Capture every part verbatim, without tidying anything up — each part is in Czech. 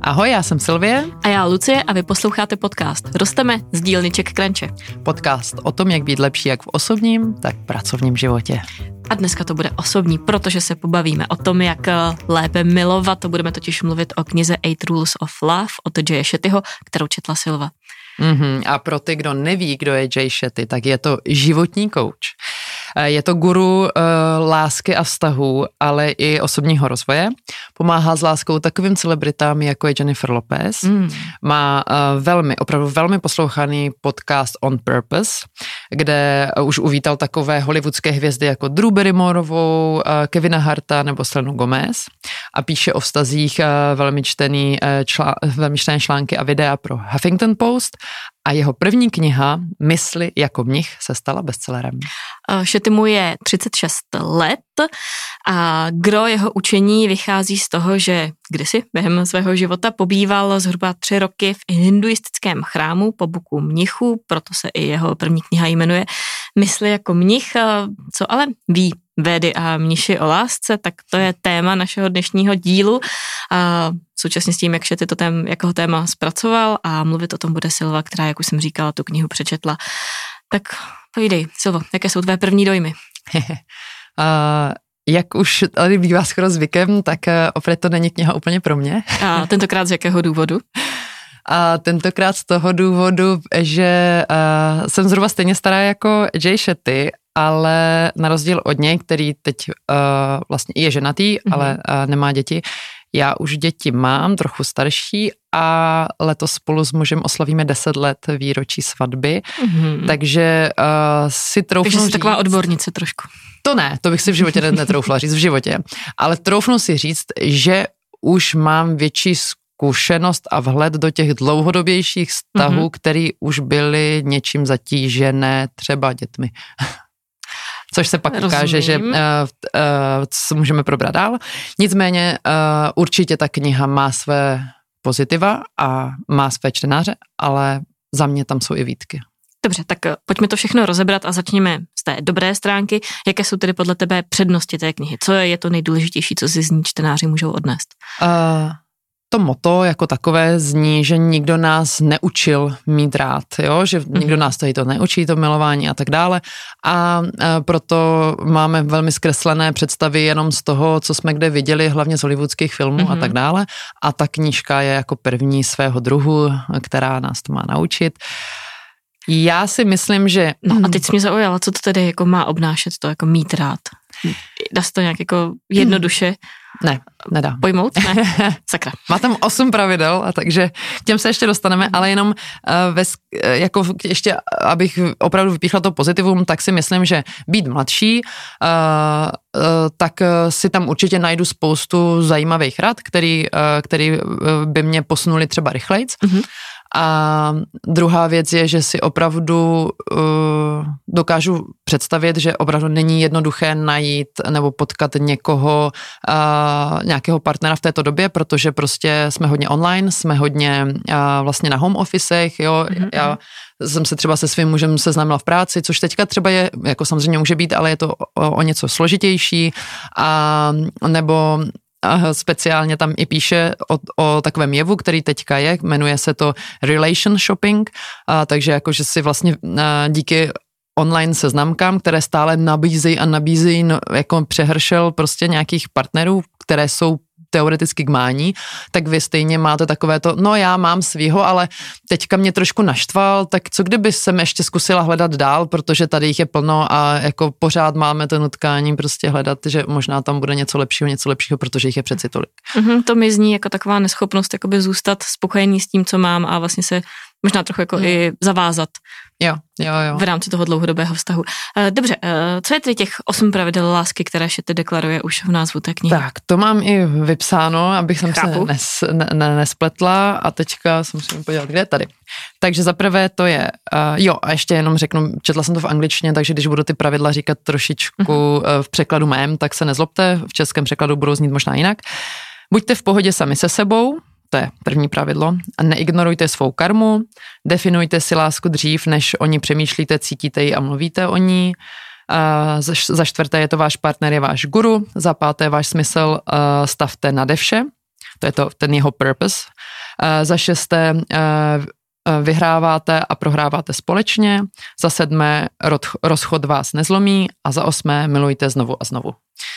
Ahoj, já jsem Sylvie. A já Lucie a vy posloucháte podcast Rosteme z dílny Czech Crunche. Podcast o tom, jak být lepší jak v osobním, tak v pracovním životě. A dneska to bude osobní, protože se pobavíme o tom, jak lépe milovat. To budeme totiž mluvit o knize Eight Rules of Love od Jaye Shettyho, kterou četla Silva. Mm-hmm. A pro ty, kdo neví, kdo je Jay Shetty, tak je to životní kouč. Je to guru uh, lásky a vztahů, ale i osobního rozvoje. Pomáhá s láskou takovým celebritám, jako je Jennifer Lopez. Mm. Má uh, velmi, opravdu velmi poslouchaný podcast On Purpose, kde uh, už uvítal takové hollywoodské hvězdy jako Drew Barrymorovou, uh, Kevina Harta nebo Selenu Gomez a píše o vztazích uh, velmi, čtený, uh, člá, velmi čtené články a videa pro Huffington Post. A jeho první kniha Mysli jako mnich se stala bestsellerem. Shettymu je třicet šest let a gro jeho učení vychází z toho, že kdysi během svého života pobýval zhruba tři roky v hinduistickém chrámu po boku mnichů, proto se i jeho první kniha jmenuje Mysli jako mnich. Co ale ví védy a mniši o lásce, tak to je téma našeho dnešního dílu. A současně s tím, jak Shetty to tém, jako téma zpracoval a mluvit o tom bude Silva, která, jak už jsem říkala, tu knihu přečetla. Tak povídej, Silvo, jaké jsou tvé první dojmy? uh, jak už tady bývá skoro zvykem, tak uh, opět to není kniha úplně pro mě. A tentokrát z jakého důvodu? A tentokrát z toho důvodu, že uh, jsem zhruba stejně stará jako Jay Shetty, ale na rozdíl od něj, který teď uh, vlastně je ženatý, mm-hmm. ale uh, nemá děti, já už děti mám, trochu starší a letos spolu s mužem oslavíme deset let výročí svatby, mm-hmm. takže uh, si troufnu Takže jsi říct... taková odbornice trošku. To ne, to bych si v životě netroufla říct v životě, ale troufnu si říct, že už mám větší zkušenost a vhled do těch dlouhodobějších vztahů, mm-hmm. které už byly něčím zatížené, třeba dětmi. Což se pak Rozumím. ukáže, že uh, uh, co můžeme probrat dál. Nicméně uh, určitě ta kniha má své pozitiva a má své čtenáře, ale za mě tam jsou i výtky. Dobře, tak pojďme to všechno rozebrat a začněme z té dobré stránky. Jaké jsou tedy podle tebe přednosti té knihy? Co je to nejdůležitější, co si z ní čtenáři můžou odnést? Uh, To motto jako takové zní, že nikdo nás neučil mít rád, jo? Že nikdo nás tady to neučí, to milování a tak dále a e, proto máme velmi zkreslené představy jenom z toho, co jsme kde viděli, hlavně z hollywoodských filmů mm-hmm. a tak dále a ta knížka je jako první svého druhu, která nás to má naučit. Já si myslím, že... No a teď jsi mě zaujala, co to tedy jako má obnášet to jako mít rád? Dá se to nějak jako jednoduše Ne, nedá. pojmout? Ne? Sakra. Má tam osm pravidel, a takže k těm se ještě dostaneme, ale jenom uh, ve, jako ještě, abych opravdu vypíchla to pozitivum, tak si myslím, že být mladší, uh, uh, tak si tam určitě najdu spoustu zajímavých rad, který, uh, který by mě posunuli třeba rychlejc. Mm-hmm. A druhá věc je, že si opravdu uh, dokážu představit, že opravdu není jednoduché najít nebo potkat někoho, uh, nějakého partnera v této době, protože prostě jsme hodně online, jsme hodně uh, vlastně na home officech, jo, mm-hmm. já jsem se třeba se svým mužem seznámila v práci, což teďka třeba je, jako samozřejmě může být, ale je to o, o něco složitější, a nebo a speciálně tam i píše o, o takovém jevu, který teďka je, jmenuje se to relation shopping, a takže jakože si vlastně a, díky online seznamkám, které stále nabízejí a nabízejí no, jako přehršel prostě nějakých partnerů, které jsou teoreticky k mání, tak vy stejně máte takové to, no já mám svýho, ale teďka mě trošku naštval, tak co kdyby jsem ještě zkusila hledat dál, protože tady jich je plno a jako pořád máme to nutkání prostě hledat, že možná tam bude něco lepšího, něco lepšího, protože jich je přeci tolik. Mm-hmm, to mi zní jako taková neschopnost jakoby zůstat spokojený s tím, co mám a vlastně se možná trochu jako mm. i zavázat. Jo, jo, jo. V rámci toho dlouhodobého vztahu. Dobře, co je tedy těch osm pravidel lásky, které Shetty deklaruje už v názvu té knihy? Tak, to mám i vypsáno, abych jsem se nes, ne, ne, nespletla a teďka se musím podívat, kde je tady. Takže zaprvé to je, uh, jo, a ještě jenom řeknu, četla jsem to v angličtině, takže když budu ty pravidla říkat trošičku uh-huh. uh, v překladu mém, tak se nezlobte, v českém překladu budou znít možná jinak. Buďte v pohodě sami se sebou, to je první pravidlo. A neignorujte svou karmu, definujte si lásku dřív, než o ní přemýšlíte, cítíte ji a mluvíte o ní. A za čtvrté je to váš partner, je váš guru. Za páté váš smysl stavte nade vše. to je to, ten jeho purpose. Za šesté, vyhráváte a prohráváte společně. Za sedmé, rozchod vás nezlomí a za osmé, milujte znovu a znovu.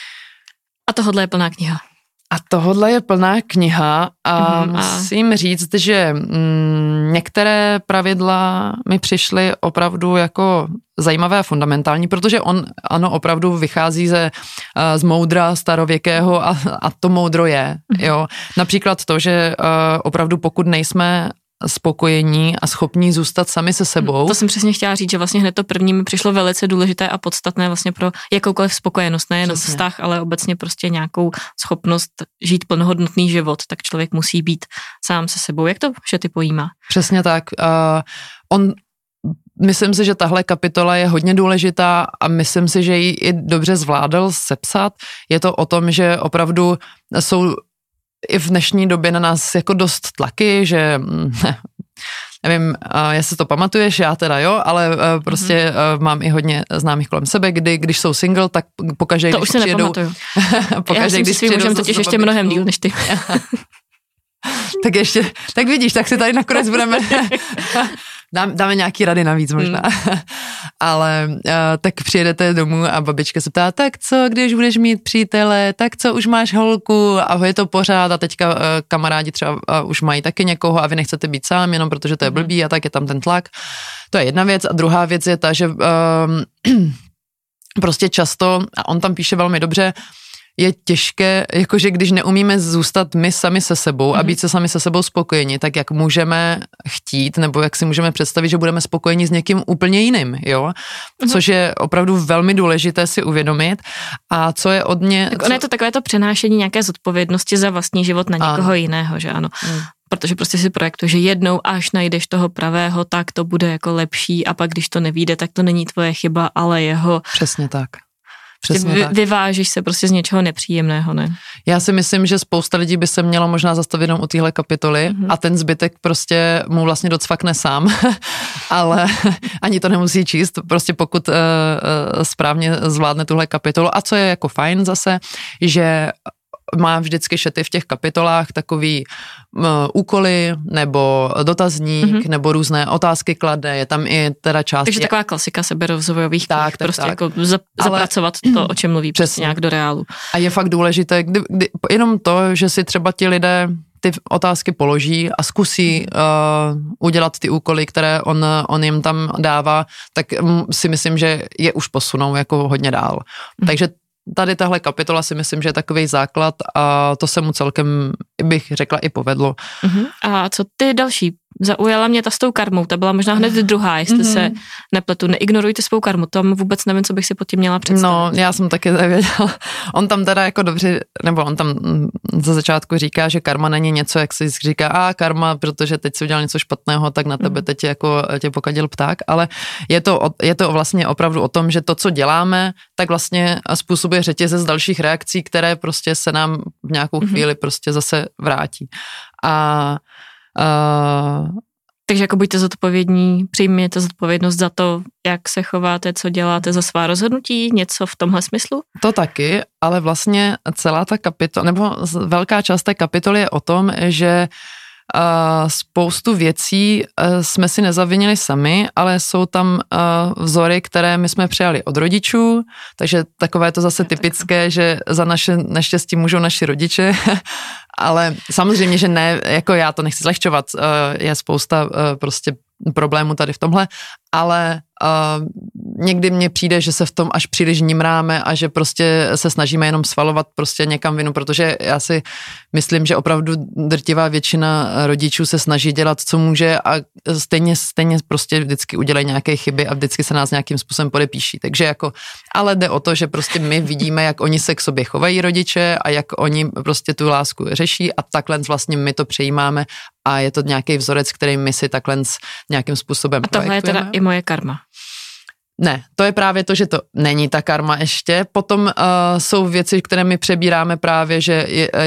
A tohodle je plná kniha. A tohodle je plná kniha a mm, musím říct, že mm, některé pravidla mi přišly opravdu jako zajímavé a fundamentální, protože on ano opravdu vychází ze, z moudra starověkého a, a to moudro je. Jo. Například to, že uh, opravdu pokud nejsme spokojení a schopní zůstat sami se sebou. To jsem přesně chtěla říct, že vlastně hned to první mi přišlo velice důležité a podstatné vlastně pro jakoukoliv spokojenost, nejen vztah, ale obecně prostě nějakou schopnost žít plnohodnotný život, tak člověk musí být sám se sebou. Jak to vše ty pojímá? Přesně tak. Uh, on Myslím si, že tahle kapitola je hodně důležitá a myslím si, že ji i dobře zvládal sepsat. Je to o tom, že opravdu jsou i v dnešní době na nás jako dost tlaky, že ne, nevím, jestli to pamatuješ, já teda jo, ale prostě mm-hmm. mám i hodně známých kolem sebe, kdy, když jsou single, tak pokaždé, to když už se přijedou... nepamatuju. pokaždé, já jsem když si svým mužem totiž ještě mnohem díl než ty. tak ještě, tak vidíš, tak si tady nakonec budeme... Dám, dáme nějaký rady navíc možná. Mm. Ale uh, tak přijedete domů a babička se ptá, tak co, když budeš mít přítele, tak co, už máš holku a je to pořád a teďka uh, kamarádi třeba uh, už mají taky někoho a vy nechcete být sám, jenom protože to je blbý a tak je tam ten tlak. To je jedna věc a druhá věc je ta, že uh, prostě často, a on tam píše velmi dobře, je těžké, jakože když neumíme zůstat my sami se sebou a být se sami se sebou spokojeni, tak jak můžeme chtít, nebo jak si můžeme představit, že budeme spokojeni s někým úplně jiným, jo? Což je opravdu velmi důležité si uvědomit. A co je od mě... Tak co... ono je to takové to přenášení nějaké zodpovědnosti za vlastní život na někoho ano. jiného, že ano. Hmm. Protože prostě si projektuje, že jednou až najdeš toho pravého, tak to bude jako lepší a pak když to nevyjde, tak to není tvoje chyba, ale jeho. Přesně tak. Přesně Vy, tak. Vyvážíš se prostě z něčeho nepříjemného, ne? Já si myslím, že spousta lidí by se mělo možná zastavit jenom u téhle kapitoly mm-hmm. a ten zbytek prostě mu vlastně docvakne sám, ale ani to nemusí číst, prostě pokud uh, uh, správně zvládne tuhle kapitolu. A co je jako fajn zase, že má vždycky šety v těch kapitolách takový uh, úkoly nebo dotazník mm-hmm. nebo různé otázky klade, je tam i teda část. Takže taková klasika seberozvojových knih, tak, tak, prostě tak. jako za, Ale, zapracovat to, o čem mluví, přesně nějak do reálu. A je fakt důležité, kdy, kdy, jenom to, že si třeba ti lidé ty otázky položí a zkusí uh, udělat ty úkoly, které on, on jim tam dává, tak si myslím, že je už posunou jako hodně dál. Mm-hmm. Takže tady tahle kapitola si myslím, že je takový základ a to se mu celkem, bych řekla, i povedlo. Uh-huh. A co ty další? Zaujala mě ta s tou karmou, ta byla možná hned druhá, jestli uh-huh. se nepletu. Neignorujte svou karmu, tam vůbec nevím, co bych si pod tím měla představit. No, já jsem taky nevěděla. On tam teda jako dobře, nebo on tam za začátku říká, že karma není něco, jak si říká, a karma, protože teď si udělal něco špatného, tak na tebe uh-huh. teď jako tě pokadil pták, ale je to, je to vlastně opravdu o tom, že to, co děláme, tak vlastně způsobuje řetězec dalších reakcí, které prostě se nám v nějakou uh-huh. chvíli prostě zase vrátí. A Uh, Takže jako buďte zodpovědní, přijměte zodpovědnost za to, jak se chováte, co děláte, za svá rozhodnutí, něco v tomhle smyslu? To taky, ale vlastně celá ta kapitola, nebo velká část té kapitoly je o tom, že uh, spoustu věcí uh, jsme si nezavinili sami, ale jsou tam uh, vzory, které my jsme přijali od rodičů, takže takové je to zase typické, že za naše neštěstí můžou naši rodiče, ale samozřejmě, že ne, jako já to nechci zlehčovat, uh, je spousta uh, prostě problémů tady v tomhle, ale uh, někdy mně přijde, že se v tom až příliš nimráme a že prostě se snažíme jenom svalovat prostě někam vinu, protože já si myslím, že opravdu drtivá většina rodičů se snaží dělat, co může a stejně, stejně prostě vždycky udělají nějaké chyby a vždycky se nás nějakým způsobem podepíší. Takže jako, ale jde o to, že prostě my vidíme, jak oni se k sobě chovají rodiče a jak oni prostě tu lásku řeší a takhle vlastně my to přejímáme a je to nějaký vzorec, který my si takhle nějakým způsobem a tohle projektujeme. Je teda i moje karma. Ne, to je právě to, že to není ta karma ještě. Potom uh, jsou věci, které my přebíráme právě, že je, je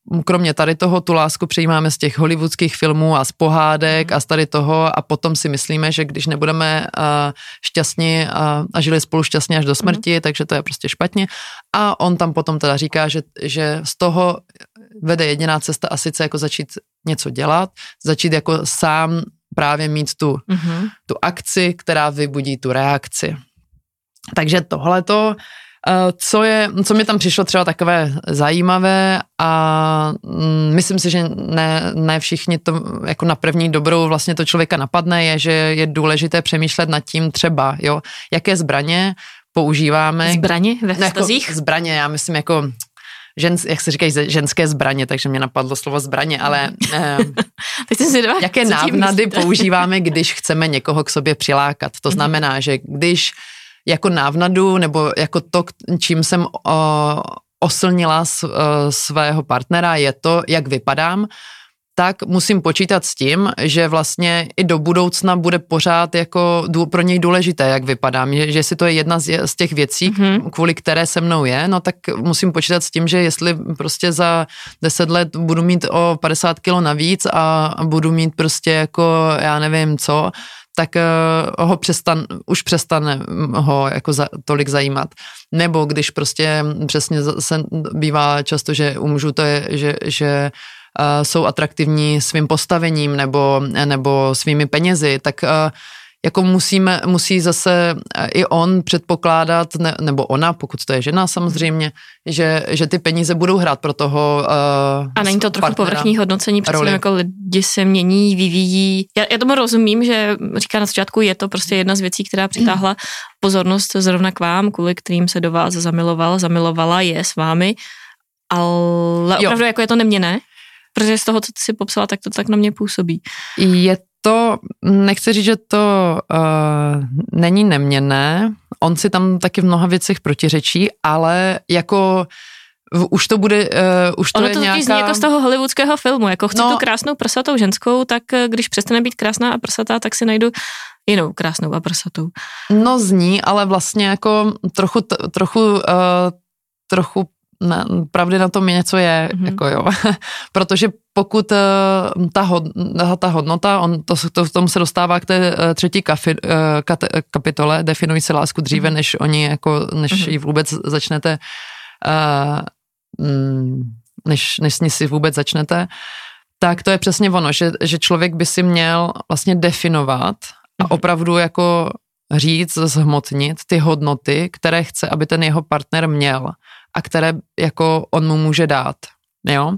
kromě tady toho tu lásku přijímáme z těch hollywoodských filmů a z pohádek a z tady toho a potom si myslíme, že když nebudeme uh, šťastní uh, a žili spolu šťastně až do smrti, mm. takže to je prostě špatně. A on tam potom teda říká, že, že z toho vede jediná cesta a sice jako začít něco dělat, začít jako sám právě mít tu, mm-hmm. tu akci, která vybudí tu reakci. Takže tohleto, co je, co mi tam přišlo třeba takové zajímavé a myslím si, že ne, ne všichni to jako na první dobrou vlastně to člověka napadne, je, že je důležité přemýšlet nad tím třeba, jo, jaké zbraně používáme. Zbraně ve vztazích? Jako zbraně, já myslím jako žen, jak se říkají, ženské zbraně, takže mě napadlo slovo zbraně, ale eh, si dva, jaké návnady používáme, když chceme někoho k sobě přilákat. To znamená, že když jako návnadu nebo jako to, čím jsem o, oslnila s, o, svého partnera, je to, jak vypadám, tak musím počítat s tím, že vlastně i do budoucna bude pořád jako pro něj důležité, jak vypadám, že, že si to je jedna z, z těch věcí, mm-hmm. kvůli které se mnou je, no tak musím počítat s tím, že jestli prostě za deset let budu mít o padesát kilo navíc a budu mít prostě jako, já nevím co, tak uh, ho přestan, už přestane ho jako za, tolik zajímat. Nebo když prostě přesně se bývá často, že u mužů to je, že, že uh, jsou atraktivní svým postavením nebo, nebo svými penězi, tak uh, jako musíme, musí zase i on předpokládat, ne, nebo ona, pokud to je žena samozřejmě, že, že ty peníze budou hrát pro toho uh, a není to trochu povrchní hodnocení, protože jako lidi se mění, vyvíjí. Já, já tomu rozumím, že říká na začátku, je to prostě jedna z věcí, která přitáhla pozornost zrovna k vám, kvůli kterým se do vás zamiloval, zamilovala, je s vámi, ale opravdu jo. Jako je to neměnné, protože z toho, co ty si popsala, tak to tak na mě působí. Je to, nechci říct, že to uh, není neměnné, on si tam taky v mnoha věcech protiřečí, ale jako v, už to bude, uh, už to ono je to nějaká... Ono to zní jako z toho hollywoodského filmu, jako chci no, tu krásnou prsatou ženskou, tak když přestane být krásná a prsatá, tak si najdu jinou krásnou a prsatou. No zní, ale vlastně jako trochu, trochu, uh, trochu na, pravdy na tom něco je, mm-hmm. jako jo, protože pokud uh, ta, hod, ta hodnota, on to, to v tom se dostává k té uh, třetí kafi, uh, kat, kapitole, definují se lásku dříve, mm-hmm. než oni jako, než mm-hmm. ji vůbec začnete, uh, než, než s ní si vůbec začnete, tak to je přesně ono, že, že člověk by si měl vlastně definovat a mm-hmm. opravdu jako říct, zhmotnit ty hodnoty, které chce, aby ten jeho partner měl a které jako on mu může dát, jo.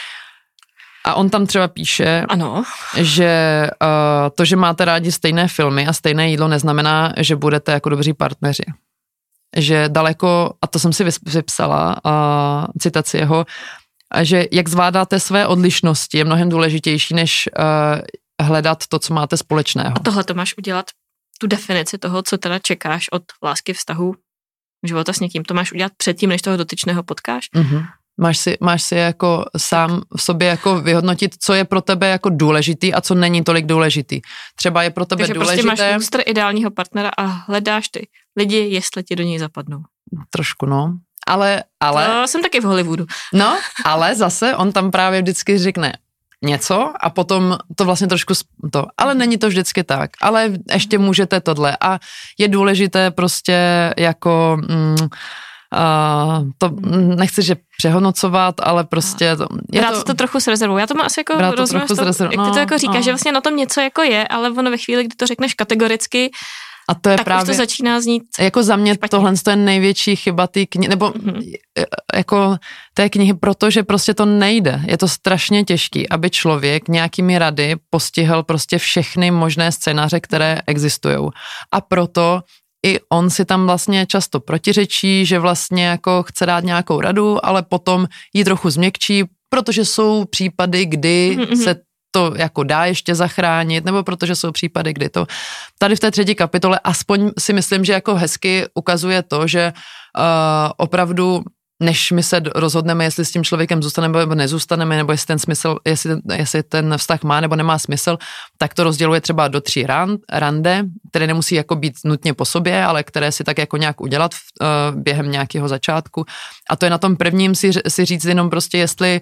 A on tam třeba píše, ano. že uh, to, že máte rádi stejné filmy a stejné jídlo, neznamená, že budete jako dobří partneři. Že daleko, a to jsem si vypsala, uh, citaci jeho, že jak zvládáte své odlišnosti, je mnohem důležitější, než uh, hledat to, co máte společného. A tohle to máš udělat, tu definici toho, co teda čekáš od lásky, vztahu, života s někým, to máš udělat předtím, než toho dotyčného potkáš? Mm-hmm. Máš si, máš si jako sám v sobě jako vyhodnotit, co je pro tebe jako důležitý a co není tolik důležitý. Třeba je pro tebe Takže důležité... prostě máš lustr ideálního partnera a hledáš ty lidi, jestli ti do něj zapadnou. Trošku, no. Ale, ale... To jsem taky v Hollywoodu. No, ale zase on tam právě vždycky řekne něco a potom to vlastně trošku to, ale není to vždycky tak, ale ještě můžete tohle a je důležité prostě jako... Mm, Uh, to nechci, že přehodnocovat, ale prostě... To, je brát to, to trochu s rezervou. Já tomu asi jako rozumím, to, jak ty to jako říkáš, no. Že vlastně na tom něco jako je, ale ono ve chvíli, kdy to řekneš kategoricky, a to je tak právě, už to začíná znít jako za mě špatně. Tohle je největší chyba té knihy, nebo mm-hmm. jako té knihy, protože prostě to nejde. Je to strašně těžký, aby člověk nějakými rady postihl prostě všechny možné scénáře, které existujou. A proto i on si tam vlastně často protiřečí, že vlastně jako chce dát nějakou radu, ale potom ji trochu změkčí, protože jsou případy, kdy mm-hmm. se to jako dá ještě zachránit, nebo protože jsou případy, kdy to... Tady v té třetí kapitole aspoň si myslím, že jako hezky ukazuje to, že uh, opravdu než my se rozhodneme, jestli s tím člověkem zůstaneme nebo nezůstaneme, nebo jestli ten smysl, jestli, jestli ten vztah má nebo nemá smysl, tak to rozděluje třeba do tří rand, rande, které nemusí jako být nutně po sobě, ale které si tak jako nějak udělat uh, během nějakého začátku. A to je na tom prvním si, si říct jenom prostě, jestli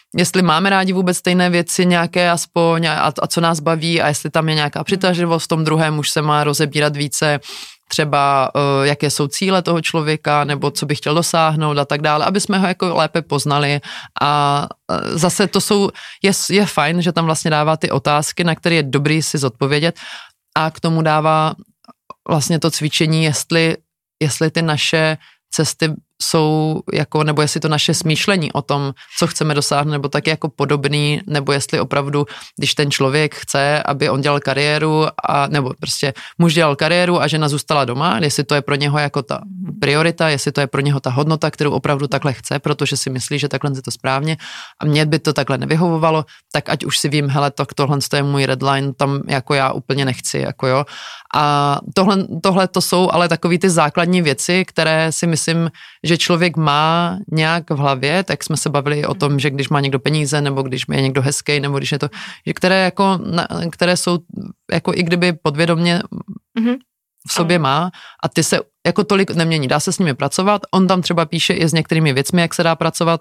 jestli máme rádi vůbec stejné věci, nějaké aspoň a, a co nás baví a jestli tam je nějaká přitažlivost, v tom druhém už se má rozebírat více třeba uh, jaké jsou cíle toho člověka nebo co by chtěl dosáhnout a tak dále, aby jsme ho jako lépe poznali a uh, zase to jsou, je, je fajn, že tam vlastně dává ty otázky, na které je dobrý si zodpovědět a k tomu dává vlastně to cvičení, jestli, jestli ty naše cesty jsou jako, nebo jestli to naše smýšlení o tom, co chceme dosáhnout, nebo taky jako podobný, nebo jestli opravdu, když ten člověk chce, aby on dělal kariéru, a, nebo prostě muž dělal kariéru a žena zůstala doma, jestli to je pro něho jako ta priorita, jestli to je pro něho ta hodnota, kterou opravdu takhle chce, protože si myslí, že takhle je to správně a mně by to takhle nevyhovovalo, tak ať už si vím, hele, tak tohle je můj red line, tam jako já úplně nechci, jako jo. A tohle, tohle to jsou ale takový ty základní věci, které si myslím, že člověk má nějak v hlavě, tak jsme se bavili o tom, že když má někdo peníze, nebo když je někdo hezký, nebo když je to, že které jako, které jsou jako i kdyby podvědomě v sobě má a ty se jako tolik nemění. Dá se s nimi pracovat, on tam třeba píše i s některými věcmi, jak se dá pracovat,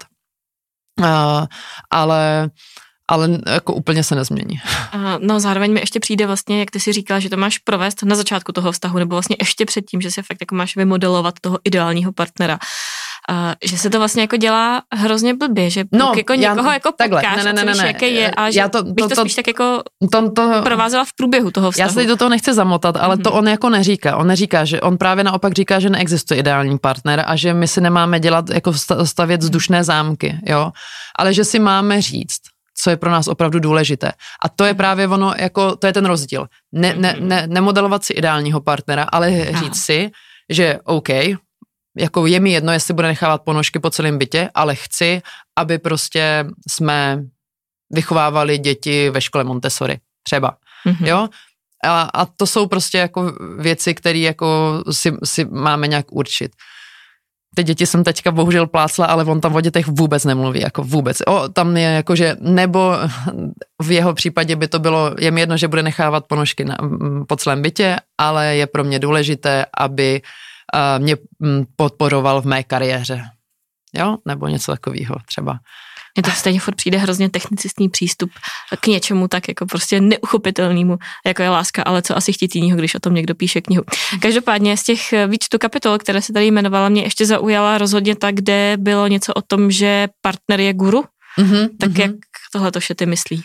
ale ale jako úplně se nezmění. No zároveň mi ještě přijde vlastně, jak ty si říkala, že to máš provést na začátku toho vztahu, nebo vlastně ještě předtím, že si fakt jako máš vymodelovat toho ideálního partnera. Uh, že se to vlastně jako dělá hrozně blbě, že no, jako někoho já, jako takhle, potkáš ne, ne, ne, a co víš, jaký je a že já to, to, bych to, to spíš tak jako to, to, provázela v průběhu toho vztahu. Já se do toho nechci zamotat, ale mm-hmm. to on jako neříká. On neříká, že on právě naopak říká, že neexistuje ideální partner a že my si nemáme dělat, jako stavět vzdušné zámky, jo, ale že si máme říct, co je pro nás opravdu důležité. A to je právě ono, jako, to je ten rozdíl. Ne, ne, ne, nemodelovat si ideálního partnera, ale říct si, že OK, jako je mi jedno, jestli bude nechávat ponožky po celém bytě, ale chci, aby prostě jsme vychovávali děti ve škole Montessori. Třeba. Mm-hmm. Jo? A, a to jsou prostě jako věci, které jako si, si máme nějak určit. Ty děti jsem teďka bohužel plácla, ale on tam o dětech vůbec nemluví, jako vůbec. O, tam je jako, že, nebo v jeho případě by to bylo, je mi jedno, že bude nechávat ponožky na, po celém bytě, ale je pro mě důležité, aby uh, mě podporoval v mé kariéře. Jo? Nebo něco takového třeba. Mně to stejně furt přijde hrozně technicistní přístup k něčemu tak jako prostě neuchopitelnému, jako je láska, ale co asi chtít jinýho, když o tom někdo píše knihu. Každopádně z těch výčtu kapitol, které se tady jmenovala, mě ještě zaujala rozhodně ta, kde bylo něco o tom, že partner je guru. Mm-hmm, tak mm-hmm. jak tohle to vše ty myslí?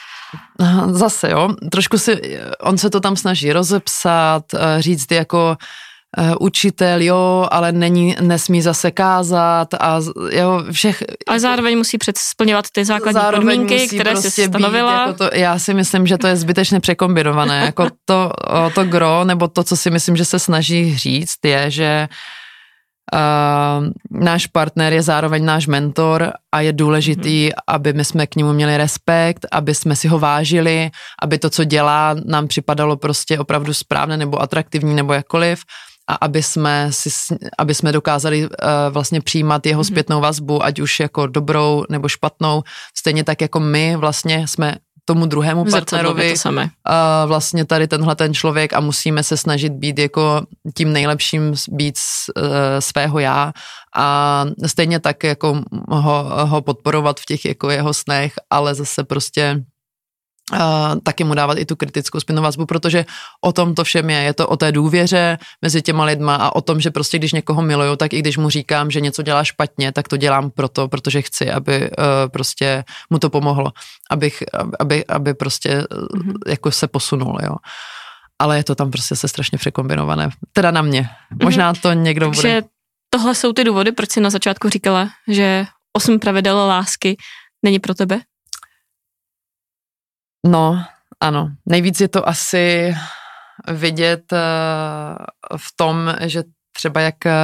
Zase jo, trošku si, on se to tam snaží rozepsat, říct jako Uh, učitel, jo, ale není, nesmí zase kázat a jo, všech... Ale zároveň musí splňovat ty základní podmínky, které prostě si stanovila. Být, jako to, já si myslím, že to je zbytečně překombinované. Jako to, to gro, nebo to, co si myslím, že se snaží říct, je, že uh, náš partner je zároveň náš mentor a je důležitý, mm-hmm. aby my jsme k němu měli respekt, aby jsme si ho vážili, aby to, co dělá, nám připadalo prostě opravdu správné nebo atraktivní nebo jakkoliv. A aby jsme, si, aby jsme dokázali uh, vlastně přijímat jeho zpětnou vazbu, ať už jako dobrou nebo špatnou, stejně tak jako my vlastně jsme tomu druhému partnerovi uh, vlastně tady tenhle ten člověk a musíme se snažit být jako tím nejlepším být uh, svého já a stejně tak jako ho, ho podporovat v těch jako jeho snech, ale zase prostě Uh, taky mu dávat i tu kritickou zpětnou vazbu, protože o tom to všem je, je to o té důvěře mezi těma lidma a o tom, že prostě když někoho miluju, tak i když mu říkám, že něco dělá špatně, tak to dělám proto, protože chci, aby uh, prostě mu to pomohlo, abych, aby, aby prostě mm-hmm. jako se posunul, jo. Ale je to tam prostě se strašně překombinované. Teda na mě. Možná to někdo Takže bude. Tohle jsou ty důvody, proč jsi na začátku říkala, že osm pravidel lásky není pro tebe? No, ano. Nejvíc je to asi vidět uh, v tom, že třeba jak uh,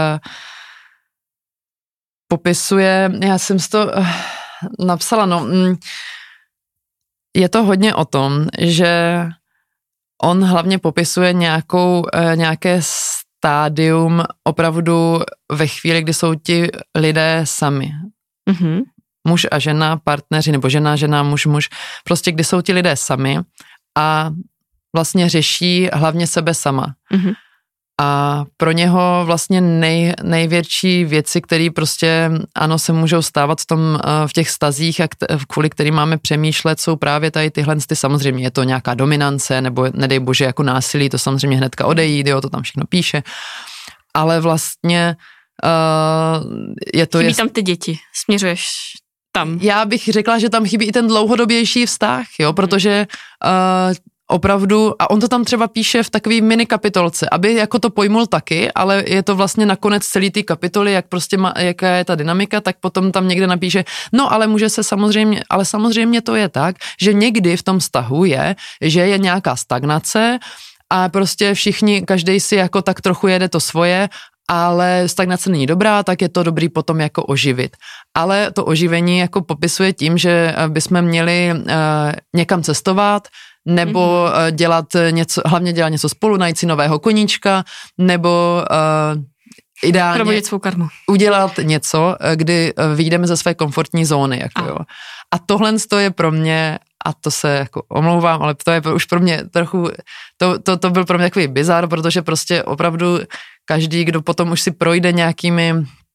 popisuje, já jsem si to uh, napsala, no, mm, je to hodně o tom, že on hlavně popisuje nějakou, uh, nějaké stádium opravdu ve chvíli, kdy jsou ti lidé sami. Mhm. Muž a žena, partneři, nebo žena, žena, muž, muž, prostě kdy jsou ti lidé sami a vlastně řeší hlavně sebe sama. Mm-hmm. A pro něho vlastně nej, největší věci, které prostě ano se můžou stávat v, tom, v těch stazích, a kvůli kterým máme přemýšlet, jsou právě tady tyhle, ty, samozřejmě je to nějaká dominance, nebo nedej bože jako násilí, to samozřejmě hnedka odejít, jo, to tam všechno píše, ale vlastně uh, je to... Chybí jest... tam ty děti, směřuješ tam. Já bych řekla, že tam chybí i ten dlouhodobější vztah, jo, protože uh, opravdu, a on to tam třeba píše v takový mini kapitolce, aby jako to pojmul taky, ale je to vlastně nakonec celý ty kapitoly, jak prostě má, jaká je ta dynamika, tak potom tam někde napíše, no ale může se samozřejmě, ale samozřejmě to je tak, že někdy v tom vztahu je, že je nějaká stagnace a prostě všichni, každej si jako tak trochu jede to svoje, ale stagnace není dobrá, tak je to dobrý potom jako oživit. Ale to oživení jako popisuje tím, že bychom měli uh, někam cestovat, nebo mm-hmm. dělat něco, hlavně dělat něco spolu, najít si nového koníčka, nebo uh, ideálně probudit svou karmu. Udělat něco, kdy vyjdeme ze své komfortní zóny. Jako a. Jo. A tohle je pro mě, a to se jako omlouvám, ale to je už pro mě trochu, to, to, to byl pro mě takový bizar, protože prostě opravdu každý, kdo potom už si projde nějakými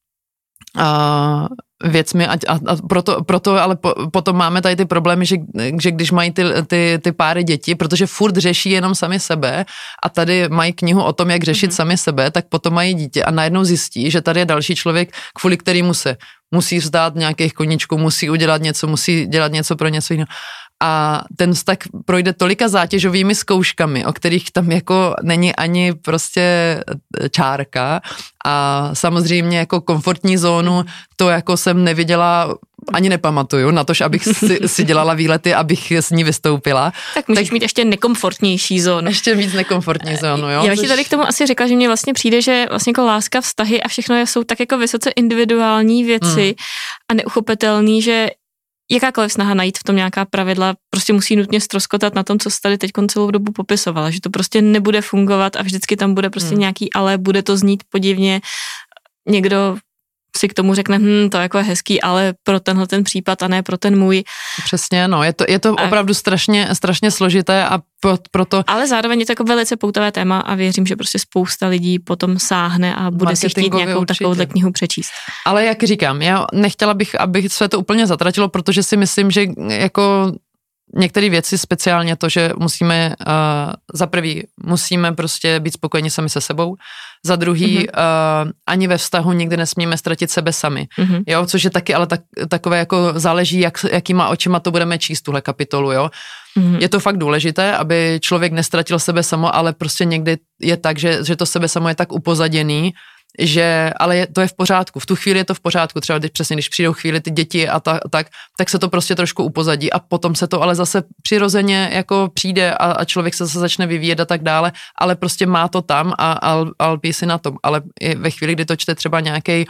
uh, věcmi a, a, a proto, proto ale po, potom máme tady ty problémy, že, že když mají ty, ty, ty páry děti, protože furt řeší jenom sami sebe a tady mají knihu o tom, jak řešit mm-hmm. sami sebe, tak potom mají dítě a najednou zjistí, že tady je další člověk, kvůli kterému se musí vzdát nějakých koníčků, musí udělat něco, musí dělat něco pro něco jiného. A ten vztah projde tolika zátěžovými zkouškami, o kterých tam jako není ani prostě čárka a samozřejmě jako komfortní zónu, to jako jsem neviděla, ani nepamatuju na to, abych si, si dělala výlety, abych s ní vystoupila. Tak můžeš tak, mít ještě nekomfortnější zónu. Ještě víc nekomfortní zónu, jo. Já bych ti tady k tomu asi řekla, že mně vlastně přijde, že vlastně jako láska, vztahy a všechno jsou tak jako vysoce individuální věci hmm. a neuchopitelný, že jakákoliv snaha najít v tom nějaká pravidla prostě musí nutně ztroskotat na tom, co jsi tady teď celou dobu popisovala, že to prostě nebude fungovat a vždycky tam bude prostě hmm. nějaký ale, bude to znít podivně, někdo si k tomu řekne, hm, to jako je hezký, ale pro tenhle ten případ a ne pro ten můj. Přesně, no, je to, je to a... opravdu strašně, strašně složité a pro, proto... Ale zároveň je to jako velice poutavé téma a věřím, že prostě spousta lidí potom sáhne a bude si chtít nějakou takovouhle knihu přečíst. Ale jak říkám, já nechtěla bych, aby se to úplně zatratilo, protože si myslím, že jako některé věci, speciálně to, že musíme, uh, za prvý, musíme prostě být spokojeni sami se sebou, za druhý, mm-hmm. uh, ani ve vztahu nikdy nesmíme ztratit sebe sami, mm-hmm. jo, což je taky, ale tak, takové jako záleží, jak, jakýma očima to budeme číst, tuhle kapitolu, jo. Mm-hmm. Je to fakt důležité, aby člověk nestratil sebe samo, ale prostě někdy je tak, že, že to sebe samo je tak upozaděný, že, ale je, to je v pořádku, v tu chvíli je to v pořádku, třeba když, přesně, když přijdou chvíli ty děti a ta, tak, tak se to prostě trošku upozadí a potom se to ale zase přirozeně jako přijde a, a člověk se zase začne vyvíjet a tak dále, ale prostě má to tam a, a, a lpí si na tom, ale ve chvíli, kdy to čte třeba nějaký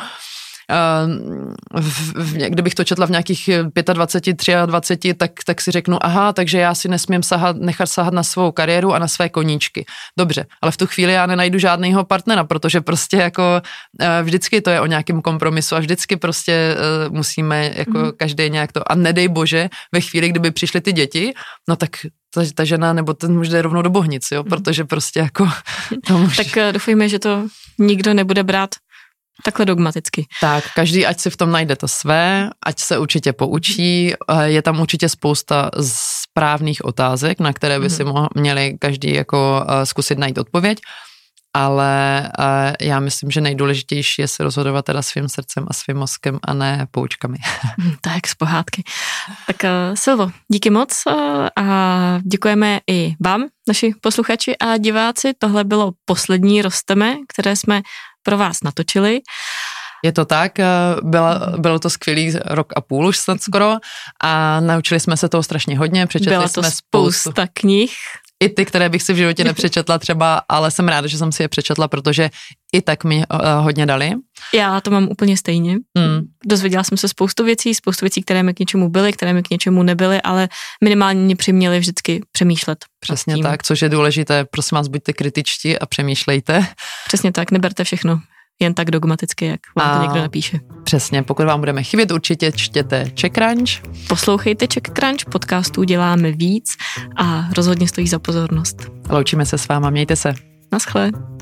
Uh, v, v, kdybych to četla v nějakých dvacet pět, dvacet tři, tak, tak si řeknu, aha, takže já si nesmím sahat, nechat sahat na svou kariéru a na své koníčky. Dobře, ale v tu chvíli já nenajdu žádného partnera, protože prostě jako uh, vždycky to je o nějakém kompromisu a vždycky prostě uh, musíme jako mm. každý nějak to, a nedej bože, ve chvíli, kdyby přišly ty děti, no tak ta, ta žena nebo ten muž jde rovnou do bohnic, jo, protože prostě jako to muž... Tak uh, doufejme, že to nikdo nebude brát takhle dogmaticky. Tak, každý, ať si v tom najde to své, ať se určitě poučí, je tam určitě spousta správných otázek, na které by si mo- měli každý jako uh, zkusit najít odpověď, ale uh, já myslím, že nejdůležitější je se rozhodovat teda svým srdcem a svým mozkem a ne poučkami. Tak, z pohádky. Tak uh, Silvo, díky moc uh, a děkujeme i vám, naši posluchači a diváci. Tohle bylo poslední Rosteme, které jsme pro vás natočili. Je to tak, bylo, bylo to skvělý rok a půl už snad skoro a naučili jsme se toho strašně hodně, přečetli Byla to jsme spousta spoustu knih. I ty, které bych si v životě nepřečetla třeba, ale jsem ráda, že jsem si je přečetla, protože i tak mi uh, hodně dali. Já to mám úplně stejně. Mm. Dozvěděla jsem se spoustu věcí, spoustu věcí, které mi k něčemu byly, které mi k něčemu nebyly, ale minimálně mě přiměly vždycky přemýšlet. Přesně tak, což je důležité. Prosím vás, buďte kritičtí a přemýšlejte. Přesně tak, neberte všechno jen tak dogmaticky, jak vám to někdo napíše. Přesně, pokud vám budeme chybět, určitě čtěte CzechCrunch. Poslouchejte CzechCrunch, podcastů děláme víc a rozhodně stojí za pozornost. Loučíme se s váma, mějte se. Naschle.